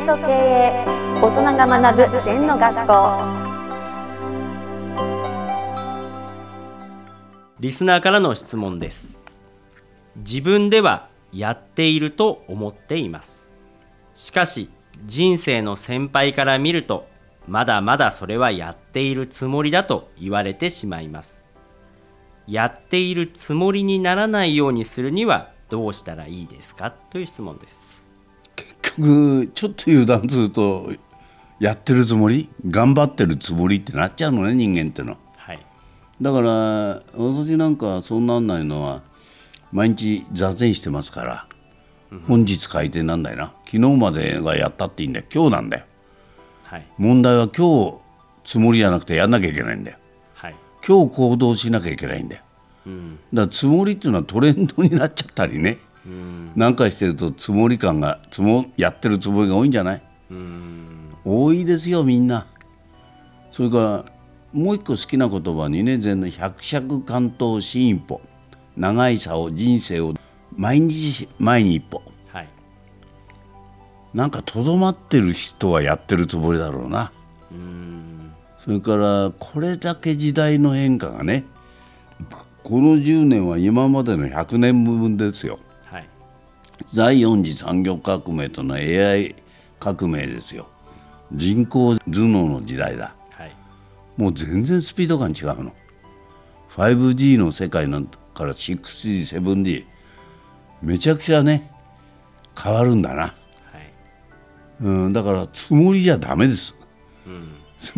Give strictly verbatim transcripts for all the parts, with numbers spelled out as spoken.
と経営、大人が学ぶ禅の学校。 リスナーからの質問です。自分ではやっていると思っています。しかし人生の先輩から見ると、まだまだそれはやっているつもりだと言われてしまいます。やっているつもりにならないようにするにはどうしたらいいですか、という質問です。 結局ちょっと油断すると、やってるつもり、頑張ってるつもりってなっちゃうのね、人間ってのは。 はい、 だから私なんかそうなんないのは、毎日座禅してますから、うん、本日改定なんだよな。昨日までがやったっていいんだよ、今日なんだよ。はい、問題は今日つもりじゃなくてやんなきゃいけないんだよ。はい、今日行動しなきゃいけないんだよ。うん、だからつもりっていうのはトレンドになっちゃったりね、うん、なんかしてるとつもり感がつもやってるつもりが多いんじゃない？うん、多いですよ、みんな。それからもう一個好きな言葉にね、禅の百尺竿頭新一歩、長いさを人生を毎日前に一歩、はい、なんかとどまってる人はやってるつもりだろうな。うん、それからこれだけ時代の変化がね、このじゅうねんは今までのひゃくねんぶんですよ。はい、第四次産業革命との エーアイ 革命ですよ。人工頭脳の時代だ。はい、もう全然スピード感違うの。 ファイブジー の世界なんから シックスジー、セブンジー めちゃくちゃね変わるんだな。はい、うん、だからつもりじゃダメです。うん、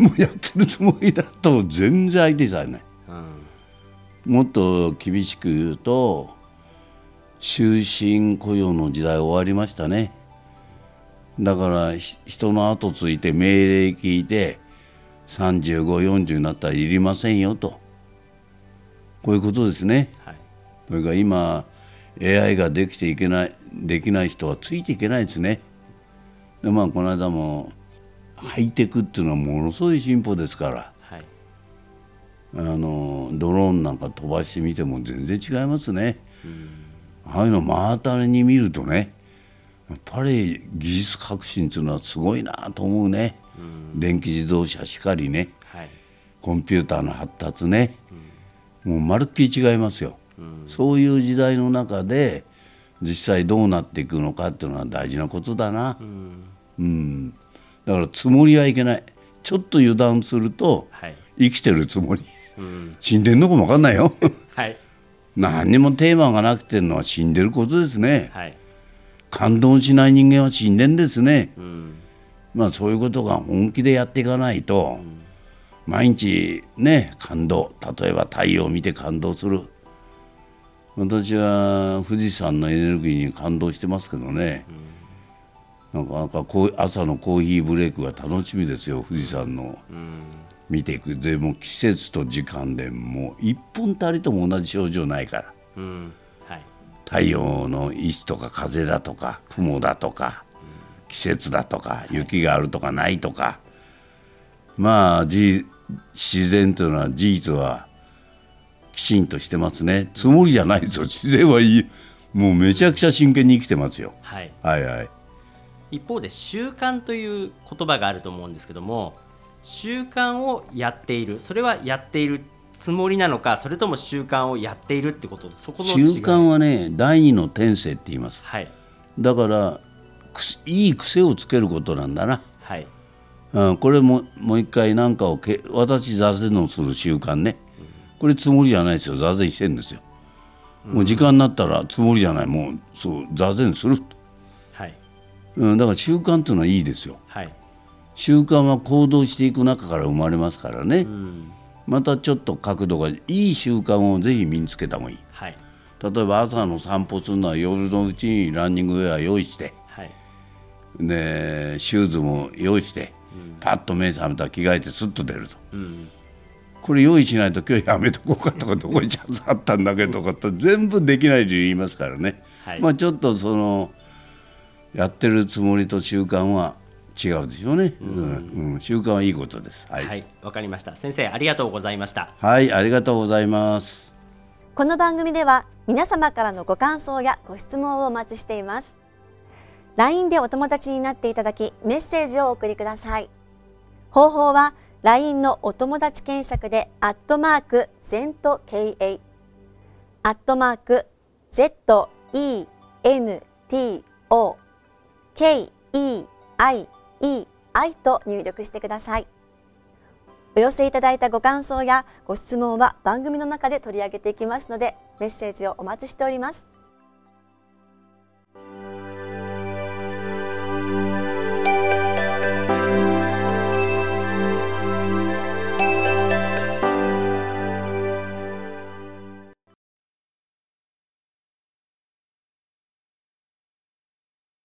もうやってるつもりだと全然相手されない。うん、もっと厳しく言うと、終身雇用の時代終わりましたね。だから人の後ついて命令聞いてさんじゅうご、よんじゅうになったらいりませんよと、こういうことですね。はい、それから今 エーアイ ができていけない、できない人はついていけないですね。で、まあ、この間もハイテクっていうのはものすごい進歩ですから、はい、あのドローンなんか飛ばしてみても全然違いますね。うん、ああいうの真当たりに見るとね、やっぱり技術革新っていうのはすごいなと思うね。うん、電気自動車しかりね、はい、コンピューターの発達ね、うん、もうまるっきり違いますよ。うん、そういう時代の中で実際どうなっていくのかっていうのは大事なことだな。うん、うん、だからつもりはいけない。ちょっと油断すると、はい、生きてるつもり、うん、死んでるのかも分かんないよ。はい、何にもテーマがなくてるのは死んでることですね。はい、感動しない人間は死んでんですね。うん、まあそういうことが本気でやっていかないと、うん、毎日ね感動、例えば太陽を見て感動する。私は富士山のエネルギーに感動してますけどね、うん、なんかなんかこう朝のコーヒーブレイクが楽しみですよ。富士山の、うん、見ていく。でも季節と時間でもう一本たりとも同じ症状ないから、うん、はい、太陽の位置とか風だとか雲だとか、うん、季節だとか雪があるとかないとか、はい、まあ自然というのは事実はきちんとしてますね。つもりじゃないですよ。自然はいい、もうめちゃくちゃ真剣に生きてますよ。はい、はいはい。 一方で習慣という言葉があると思うんですけども、習慣をやっている、それはやっているつもりなのか、それとも習慣をやっているってこと、そこの違い。 習慣はね、第二の天性って言います。はい、だからいい癖をつけることなんだな。はい、うん、これももう一回何かをけ私座禅のする習慣ね、うん、これつもりじゃないですよ。座禅してるんですよ。もう時間になったらつもりじゃない、もうそう座禅すると、はい、うん、だから習慣っていうのはいいですよ。はい、習慣は行動していく中から生まれますからね。うん、またちょっと角度がいい習慣をぜひ身につけた方がいい。はい、例えば朝の散歩するのは夜のうちにランニングウェア用意して、はい、でシューズも用意して、うん、パッと目覚めたら着替えてスッと出ると、うん、これ用意しないと今日やめとこうかとかどこにチャンスあったんだけどとか全部できない理由言いますからね。はい、まあ、ちょっとそのやってるつもりと習慣は違うでしょうね。うんうんうん、習慣はいいことです。はい、 はい、わかりました。先生ありがとうございました。 はい、ありがとうございます。 この番組では皆様からのご感想やご質問をお待ちしています。 ライン でお友達になっていただき、メッセージをお送りください。方法は ライン のお友達検索でアットマーク ゼント ケーエー アットマーク ゼット イー エヌ ティー オー ケー イー アイ イー アイ と入力してください。お寄せいただいたご感想やご質問は番組の中で取り上げていきますので、メッセージをお待ちしております。